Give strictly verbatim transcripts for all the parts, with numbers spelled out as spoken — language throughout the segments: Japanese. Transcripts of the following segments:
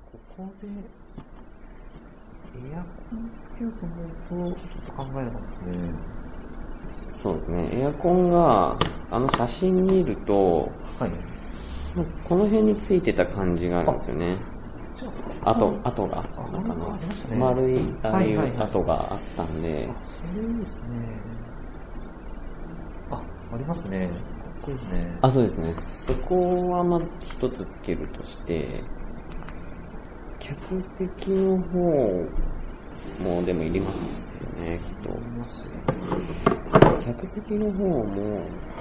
ここでエアコンつけようと思うとちょっと考えなかったですね。 そうですね。エアコンがあの写真見ると、 はい、 この辺についてた感じがあるんですよね。あと、跡が、なんかの、ね、丸い、ああいう跡があったんで。はいはいはい、 それいいですね。あ、ありますね。かっこいいですね。 あ、そうですね。そこはまず一つつけるとして、客席の方もでもいりますよね、きっと。 いりますよね。 客席の方も、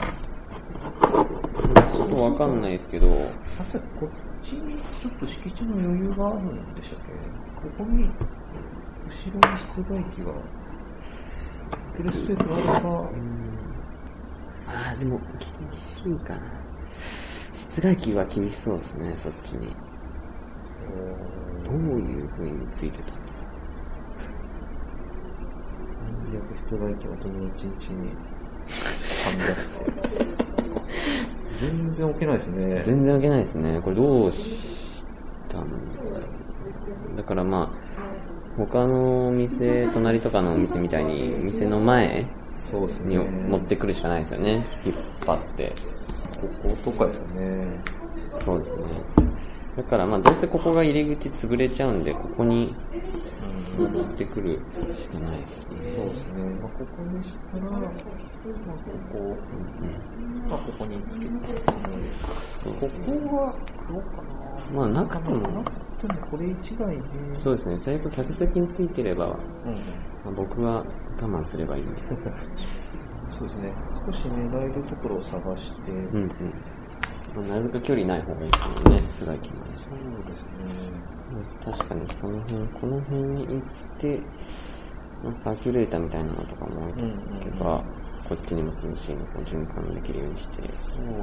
ちょっとわかんないですけど。 さすがこっちにちょっと敷地の余裕があるんでしたっけ？ここに、後ろに室外機が、置けるスペースがあれば、 うん、ああ、でも、厳しいかな。室外機は厳しそうですね、そっちに。どういう風についてたの？ 最悪室外機を本当に一日にはみ出して。全然置けないですね。 全然置けないですね。これどうしたんだろう。だからまあ、他のお店、隣とかのお店みたいに、店の前に持ってくるしかないですよね。引っ張って。 こことかですよね。 そうですね。だからまあどうせここが入り口潰れちゃうんで、ここに持ってくるしかないですね。 そうですね。まあ、ここにしたら、まあ、ここ、うん、まあ、ここにつけて、そうここはどうかな。 まあなくても、 なくてもこれ一台で。 そうですね。最悪客席についてれば、うん、まあ、僕は我慢すればいいんで。 そうですね。少し狙えるところを探して、うんうん、 なるべく距離ない方がいいですよね、室外機まで。 そうですね。 確かにその辺、この辺に行って、まあ、サーキュレーターみたいなのとかも置いておけば、うんうんうん、こっちにも涼しいのを循環できるようにして。そうですね。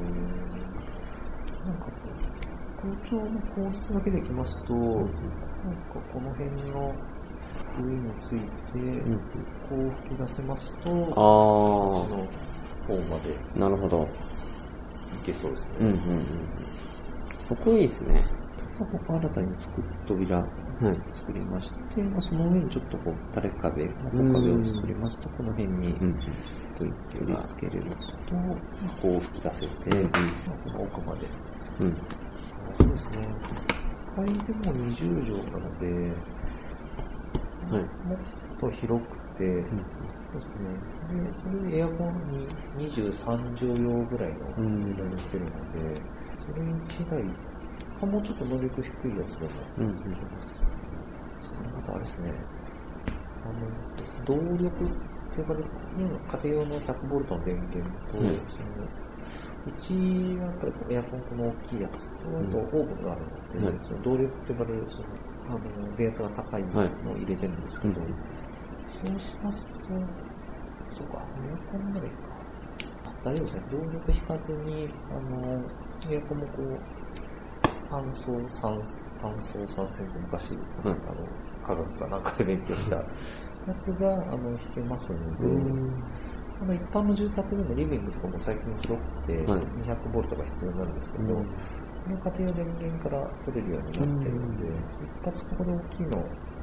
なんかこう、空調の効率だけでいきますと、うんうん、なんかこの辺の上について、うんうん、こう吹き出せますと、あこっちの方まで。 なるほど。 いけそうですね。 うんうんうん、そこいいですね。 ここ新たに作っ扉、はい、作りまして、まあ、その上にちょっとこう垂れ壁、壁を作りますと、この辺に取り付けれると、こう吹き出せて、うん、この奥まで。うん、そうですね。いっかいでもにじゅうじょうなので、はい、もっと広くて、うん、そうですね。で、それでエアコンににじゅうさんじょうようぐらいの色にしてるので、それいちだい、もうちょっと能力低いやつでもいけます。それまたあれですね。あの、動力って呼ばれる、家庭用のひゃくボルトの電源と、うん、そのうちはやっぱりエアコンこの大きいやつと、あとオーブンがあるので、うん、その動力って呼ばれる、その、あの、電圧が高いのを入れてるんですけど、はい、そうしますと、そうか、エアコンならいいか。大丈夫ですね。動力引かずに、あの、エアコンもこう、単層酸、単層酸性って昔、うん、あの、科学かなんかで勉強したやつが、あの、引けますので、あの、一般の住宅でもリビングとかも最近広くて、はい、にひゃくボルトが必要になるんですけど、うん、この家庭用電源から取れるようになってるので、うん、一発ここで大きいのを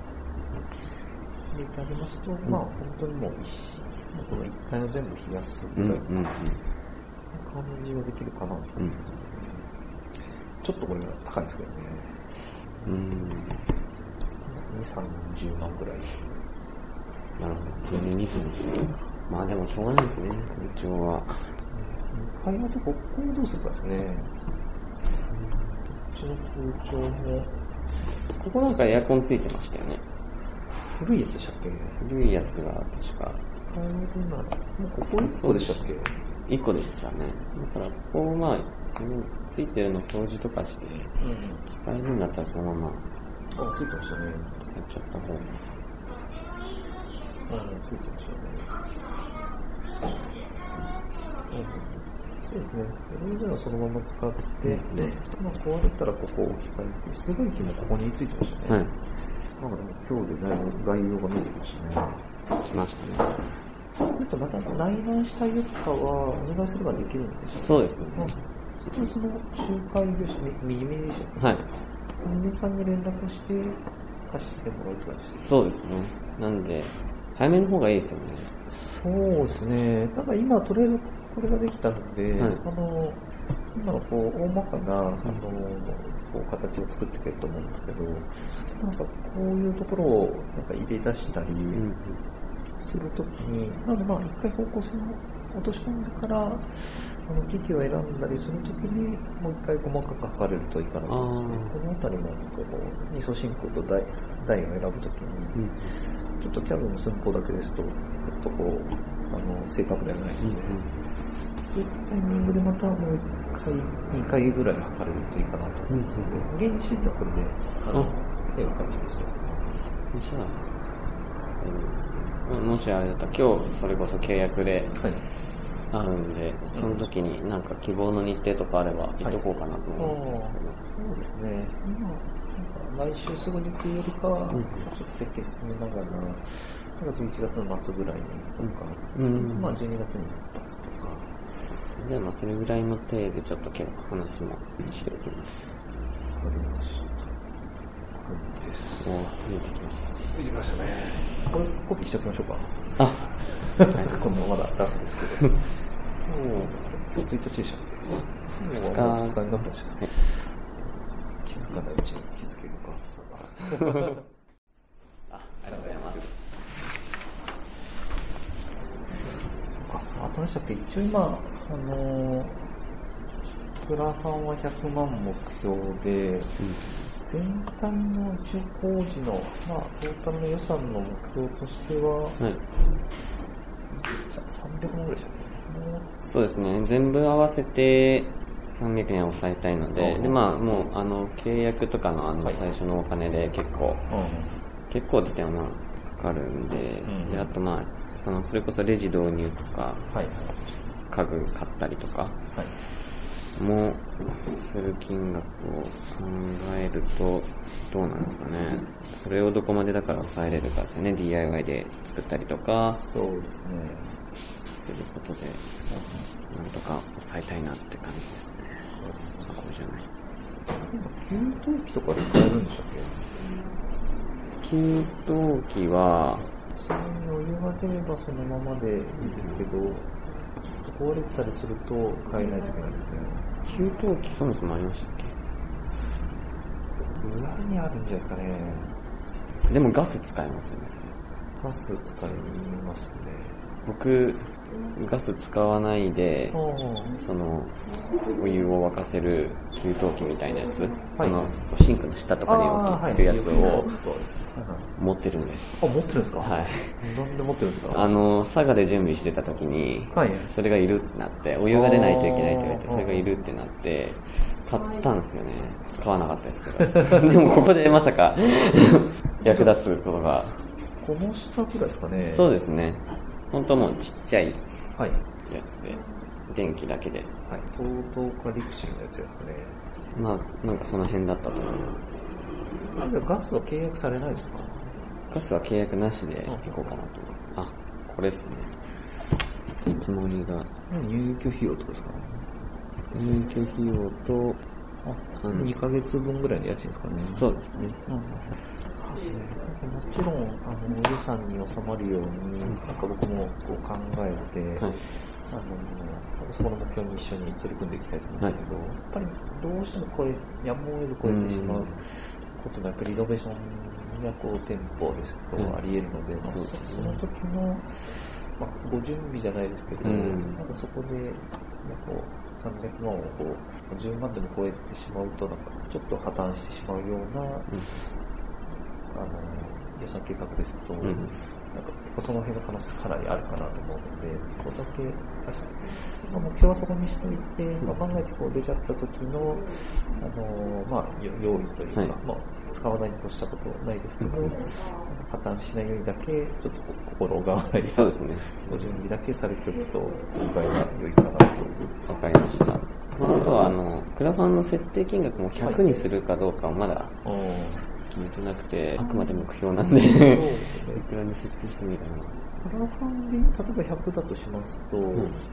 入れてあげますと、うん、まあ、本当にもう一この一帯を全部冷やすぐらいの感じができるかなと思います、ね。うん、ちょっとこれが高いですけどね。うん。に、さんじゅうまんぐらい。 なるほど。にじゅうまあでもしょうがないですね、空調は。 会話とここをどうするかですね。こっちの空調も。 ここなんかエアコンついてましたよね。 古いやつでしたっけ？ 古いやつが確か。 使えるなら、もうここいっこでしたっけ？ いっこでしたね。だからここをまあ、ついてるの掃除とかして、うん、使えるんだったらそのまま。 あ、ついてましたね。 使っちゃった方が。 あ、ついてましたね。うん、そうですね。それじゃあそのまま使って、うん、まあ壊れたらここを置き換えて、室外機もここについてましたね。はい。なんかでも今日でだいぶ概要が見えてきましたね。 しましたね。 ちょっとまた内覧したいやつかはお願いすればできるんですよね。 そうですね。 それでその周回でしたね、右目でしたね。 はい。 運営さんに連絡して貸してもらうって感じですか？ そうですね。なんで、早めの方がいいですよね。 そうですね。ただ今、とりあえずこれができたので、はい、あの、今のこう、大まかな、あの、こう、形を作っていけると思うんですけど、なんかこういうところをなんか入れ出したりするときに、なのでまあ一回方向性を落とし込んでから、あの、機器を選んだりするときに、もう一回細かく測れるといいかなと思うんですね。このあたりも、こう、に素進行と台、台を選ぶときに、うんちょっとキャブの寸法だけですと、ちょっとこう、あの、正確ではないので、うんうん、そういったタイミングでまたもういっかい、にかいぐらい測れるといいかなと思うんですけど、うんうん、現時点ではこれで、あの、絵を描きにしますね。 じゃあ、うん、もしあれだったら、今日それこそ契約であるんで、はい、その時になんか希望の日程とかあれば、行っとこうかなと思うんですけど。はい、 そうですね。今来週すぐにっていうよりかは、うん、ちょっと設計進めながら、じゅういちがつの末ぐらいにとか、うん、まあじゅうにがつに一発とか。 じゃあまあそれぐらいの程度でちょっと今日話もしておきます。 わかりました。です。 お見えてきました。 見えてきましたね。これコピーしておきましょうか。 あ、 はい、このまだラフですけど。今日、今日ついたちでしたっけ？今日はもうふつかになってました。はい、気づかないうちに気づけるか。 あ、ありがとうございます。 そっか、あとでしたっけ、一応今、あのー、クラファンはひゃくまん目標で、うん、全体の一応工事の、まあ、トータルの予算の目標としては、はい、さんびゃくまんぐらいでしたっけ？ そうですね、全部合わせて、さんびゃくえんを抑えたいので、でまあもうあの契約とかのあの最初のお金で結構、はい、結構って点はかかるんで、うん、であとまあそのそれこそレジ導入とか、はい、家具買ったりとか、はい、もする金額を考えるとどうなんですかね。それをどこまでだから抑えれるかですよね。ディーアイワイ で作ったりとか、 そうですね。 することで、なんとか抑えたいなって感じですね。こうじゃない。 給湯器とかで使えるんでしたっけ？ 給湯器は、 それにお湯が出ればそのままでいいですけど、ちょっと壊れてたりすると変えないといけないですね。 給湯器そもそもありましたっけ？ 裏にあるんじゃないですかね。 でもガス使えますよね、 ガス使いますね。 僕、ガス使わないで、その、お湯を沸かせる給湯器みたいなやつ、はい、あの、シンクの下とかに置いてるやつを持ってるんです。 あ、持ってるんですか？ はい。 なんで持ってるんですか？ あの、佐賀で準備してた時に、はい、それがいるってなって、お湯が出ないといけないって言われて、それがいるってなって、買ったんですよね。使わなかったですけど。でもここでまさか役立つことが。 この下くらいですかね？ そうですね。本当もうちっちゃいやつで、はい、電気だけで。 はい。TOTOかリクシーのやつですかね。 まあ、なんかその辺だったと思います。 あ、じゃあガスは契約されないですか？ ガスは契約なしで行こうかなと思います。あ、これですね。見積もりが。 入居費用とかですか？ 入居費用と、 あ、にかげつぶんぐらいの家賃ですかね。 そうですね。うん、もちろん、あの、予算に収まるように、なんか僕もこう考えて、はい、あの、そこの目標に一緒に取り組んでいきたいと思うんですけど、はい、やっぱりどうしてもこれ、やむを得ず超えてしまうことが、やっぱりリノベーションやこう店舗ですとあり得るので、うん、まあ、そ, その時の、まあ、ご準備じゃないですけど、うん、なんかそこで、こう、さんびゃくまんをこう、じゅうまんでも超えてしまうと、なんかちょっと破綻してしまうような、うん、あの、予算計画ですと、うん、なんかその辺の可能性かなりあるかなと思うので、ここだけ、まあ、目標はそこにしておいて、まあ、万が一こう出ちゃった時の、あのまあ、用意というか、はい、まあ、使わないに越したことはないですけど、うん、破綻しないようにだけ、ちょっと心をがないそうですね。 ご準備だけされておくと、今回は良いかなと。 わかりました。まあ、あとは、あの、クラファンの設定金額もひゃくにするかどうかはまだ、はい決めてなくて、あくまで目標なんで、いくらに設定してもいいかな。 クラファンで、例えばひゃくだとしますと、うん、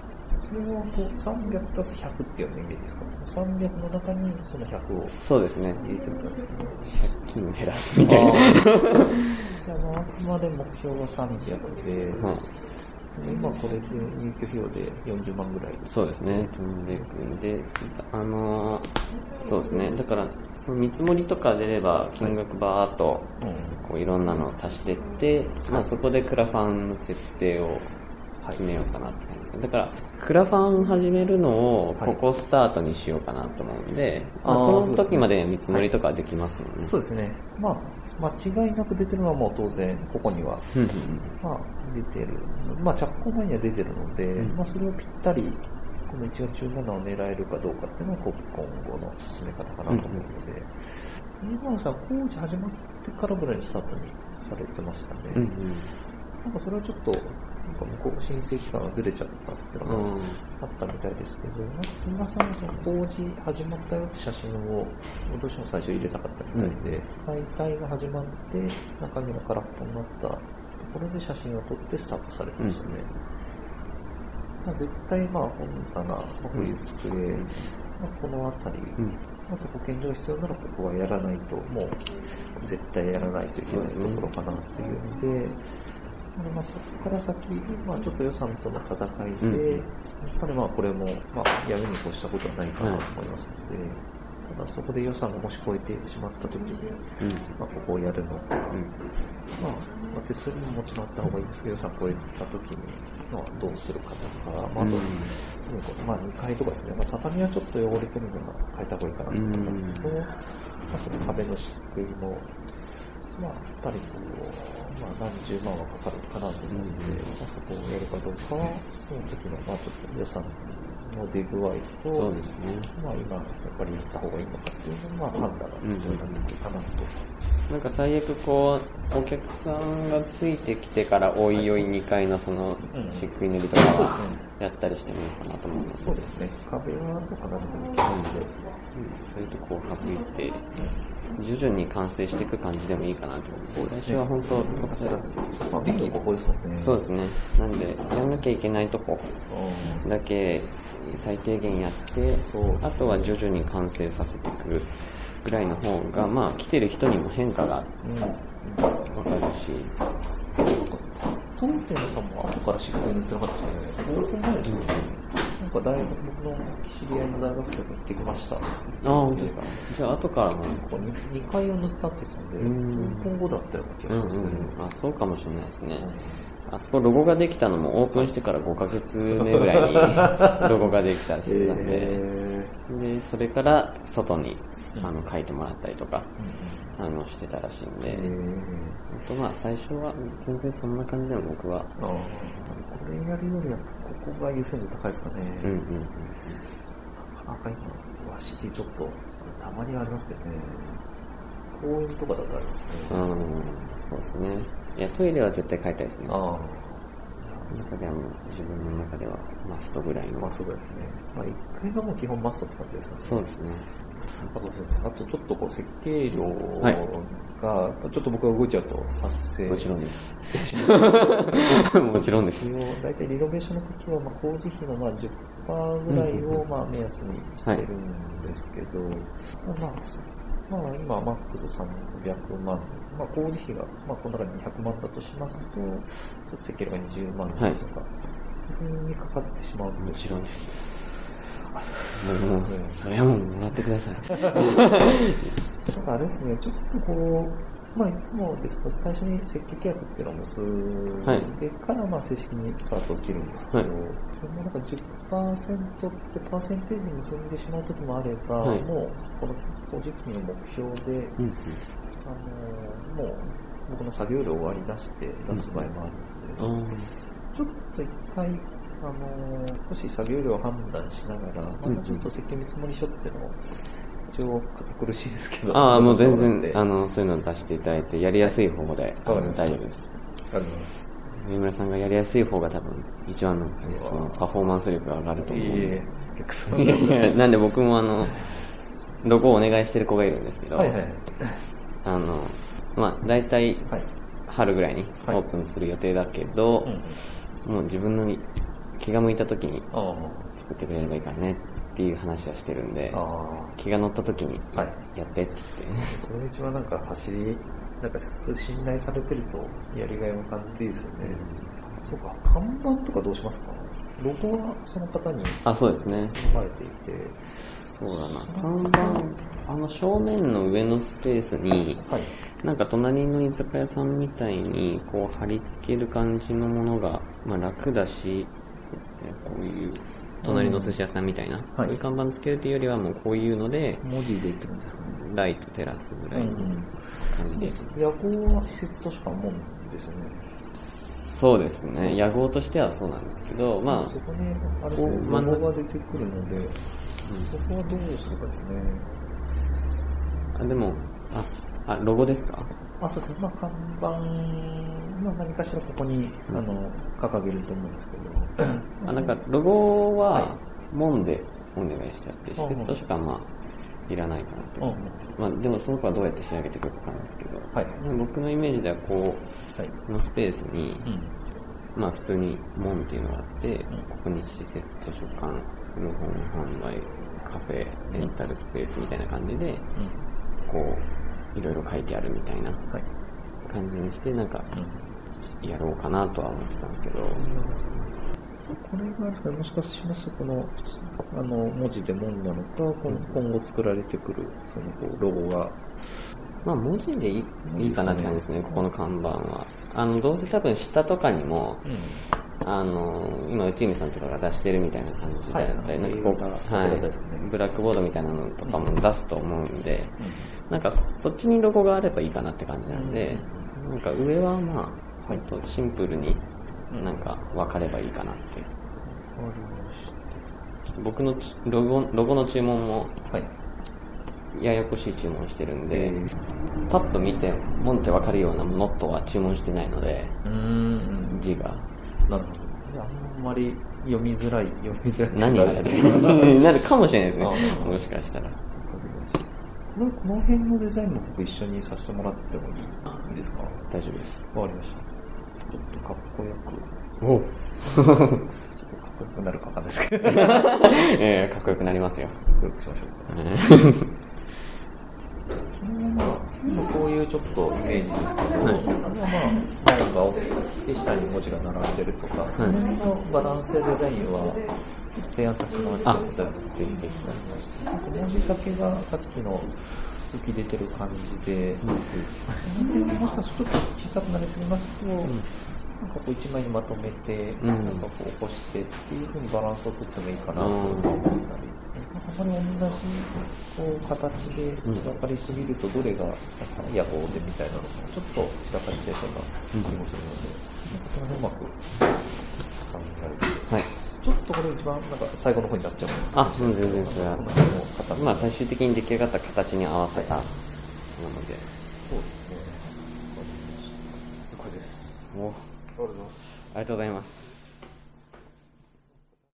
それはこうさんびゃくたすひゃくっていうようなイメージですか？さんびゃくの中にそのひゃくをそうですね。 入れてるからですね。 借金を減らすみたいな。 じゃあ、あくまで目標はさんびゃくで、はい、今これで入居費用でよんじゅうまんぐらいです、ね。そうですね。 飛んでいくんで、あのー、そうですね。だから、その見積もりとか出れば、金額バーっと、こういろんなのを足していって、はい、まあそこでクラファンの設定を決めようかなって感じですね。だから、クラファン始めるのを、ここスタートにしようかなと思うんで、はい、まあ、その時まで見積もりとかできますもんね。 そうですね。まあ、間違いなく出てるのはもう当然、ここには、まあ、出てる。まあ、着工前には出てるので、うん、まあ、それをぴったり、このいちがつじゅうしちを狙えるかどうかっていうのが今後の進め方かなと思うので、今野さん、工事始まってからぐらいにスタートにされてましたね。うんうん、なんかそれはちょっと、なんか向こう申請期間がずれちゃったっていうのがあったみたいですけど、なんか木村さんはその工事始まったよって写真をどうしても最初入れたかったみたいで、解体が始まって中身が空っぽになったところで写真を撮ってスタートされてましたね。うん、絶対まあ本棚、こういう机、まあ、この辺り、うん、あと保健所が必要ならここはやらないと、もう絶対やらないといけないところかなっていうので、まあ、そこから先、まあ、ちょっと予算との戦いで、うん、やっぱりまあこれも、まあ、やるに越したことはないかなと思いますので、うん、ただそこで予算がもし超えてしまったときに、うんまあ、ここをやるのか、うんまあ、手数料ももちろんあった方がいいですけど、予算超えたときに、まあ、どうするかとか、まあ、あと、うんまあ、にかいとかですね、まあ、畳はちょっと汚れてるのが変えた方がいいかなと思いますけど、うんまあ、その壁の漆喰も、まあ、やっぱりこう、まあ、何十万はかかるかなと思うので、うんまあ、そこをやるかどうかは、その時の、まあ、ちょっと予算の出具合と、そうですね。まあ、今、やっぱりやった方がいいのかっていうのは、まあ、判断が必要になってくるかなと。 うん、なんか最悪こう、お客さんがついてきてから、おいおいにかいのその、漆喰塗りとかは、やったりしてもいいかなと思うので。 そうですね。壁はとかなるともいけないので、うん、 そういうとこを省いて、徐々に完成していく感じでもいいかなと思います。そうですね、最初は本当、 まあ、メインここですもんね。 そうですね。なんで、やんなきゃいけないとこだけ最低限やって、あとは徐々に完成させていくぐらいの方が、まあ、来てる人にも変化がわかるし。 当店さんも後から漆喰塗ってなかったですよね。オープン前ですよね。なんか大学、僕の知り合いの大学生が行ってきました。ああ、本当ですか。じゃあ後からもにかいを塗ったんですので、今後だったような気がしますね。うんうん、 あ、そうかもしれないですね。うん、あそこロゴができたのもオープンしてからごかげつめぐらいにロゴができたりしてたんで、えー、で、それから外にあの書いてもらったりとか、うん、あのしてたらしいんで、えー、とまあ最初は全然そんな感じでも僕は。あこれやるよりはここが優先度高いですかね。うんうんうん。なかなか今、和式ちょっとたまにはありますけどね。公園とかだとありますね。 うん、そうですね。いや、トイレは絶対変えたいですね。ああ。中ではもう自分の中ではマストぐらいの。 マストぐらいですね。まあいっかいがもう基本マストって感じですかね。 そうですね。 あと、あとちょっとこう設計料が、はい、ちょっと僕が動いちゃうと発生。 もちろんです。もちろんです。 だいたいリノベーションの時は、まあ、工事費のまあ じゅっパーセント ぐらいをまあ目安にしてるんですけど、はい、まあ、まあ今マックスさんびゃくまん、まあ工事費が、まあこの中にひゃくまんだとしますと、ちょっと設計料がにじゅうまんですとか、はい、にかかってしまうんです。もちろんです。もう、それはもうもらってください。 なんかあれですね、ちょっとこう、まあいつもですと最初に設計契約っていうのを結んでから、まあ正式にスタートを切るんですけど、はい、それもなんか じゅっパーセント ってパーセンテージに結んでしまう時もあれば、はい、もうこの工事費の目標で、うんうん、あのもう僕の作業量を割り出して出す場合もあるので、うん、ちょっと一回あのー、少し作業量を判断しながら、またちょっと設計見積もり書っていうのを、一応堅苦しいですけど。 ああ、もう全然、あの、そういうのを出していただいて、やりやすい方で、はい、大丈夫です。 ありがとうございます。 上村さんがやりやすい方が多分、一番の、その、パフォーマンス力が上がると思うので。いやいや、なんで僕もあの、ロゴをお願いしてる子がいるんですけど、はいはい、あの、まあ、大体、春ぐらいにオープンする予定だけど、はいうん、もう自分の気が向いた時に作ってくれればいいからねっていう話はしてるんで、気が乗った時にやってって言って、 それが一番なんか走りなんか信頼されてるとやりがいを感じていいですよね。そうか、看板とかどうしますか？ロゴはその方にあ、そうですね。 書かれていて、 そうだな、看板、あの正面の上のスペースに、はい、なんか隣の居酒屋さんみたいにこう貼り付ける感じのものが、まあ、楽だし、そうですね、こういう隣の寿司屋さんみたいな、うん、そういう看板つけるというよりはもうこういうので文字で言ってるんですかね。 ライト照らすぐらいの感じで、 うん、屋号は施設としかもんですね。 そうですね、屋号としてはそうなんですけど、まあそこにあれですね、ロゴが出てくるので、うん、そこはどうするかですね。 あ、でも、あ、あ、ロゴですか？ あ、そうですね。まあ、看板、まあ、何かしらここに、うん、あの、掲げると思うんですけど。 あ、なんか、ロゴは、門でお願いしてあって、施設図書館は、まあ、いらないかなと。まあ、でもその子はどうやって仕上げていくかなんですけど、はい、僕のイメージでは、こう、はい、このスペースに、うん、まあ、普通に門っていうのがあって、うん、ここに施設図書館、古本販売、カフェ、レンタルスペースみたいな感じで、うん、こう、いろいろ書いてあるみたいな感じにして、なんか、やろうかなとは思ってたんですけど。 これがですか、もしかしますと、この、あの、文字で門なのか、今後作られてくる、その、こう、ロゴが。 まあ、文字でいい、いいかなって感じですね、ここの看板は。あの、どうせ多分下とかにも、うん、あの、今、内海さんとかが出してるみたいな感じだったり、なんかこう、はい、ブラックボードみたいなのとかも出すと思うんで、うん、なんかそっちにロゴがあればいいかなって感じなんで、うん、なんか上はまあ、本当シンプルになんか分かればいいかなって。わかりました。僕のロゴ、ロゴの注文も、はい、ややこしい注文してるんで、パッと見て、門って分かるようなノットは注文してないので、うーん、字が。 なるほど。あんまり読みづらい、読みづらい。 何がですなるかもしれないですね。もしかしたら。 この辺のデザインも僕一緒にさせてもらってもいいですか？ 大丈夫です。 わかりました。ちょっとかっこよく。 おちょっとかっこよくなるかわかんないですけど。 えー、かっこよくなりますよ。 かっこよくしましょうか。まあ、こういうちょっとイメージですけど、はい、あれはまあ、前が大きい下に文字が並んでるとか、はい、その辺のバランスやデザインは提案させてもらってください。ぜひぜひ。文字だけがさっきの浮き出てる感じで、うん、もしかするとちょっと小さくなりすぎますと、うん、なんかこう一枚にまとめて、うん、なんかこう起こしてっていう風にバランスをとってもいいかなと思ったり、うん、あまり同じこう形で散らかりすぎるとどれが野望でみたいなのがちょっと散らかりそうな気もするので、なんかその辺うまく考えて、はい、ちょっとこれ一番なんか最後の方になっちゃう。 あ、全然全然それは。まあ最終的に出来上がった形に合わせたもので。 そうですね。了解です。 お、ありがとうございます。ありがとうございます。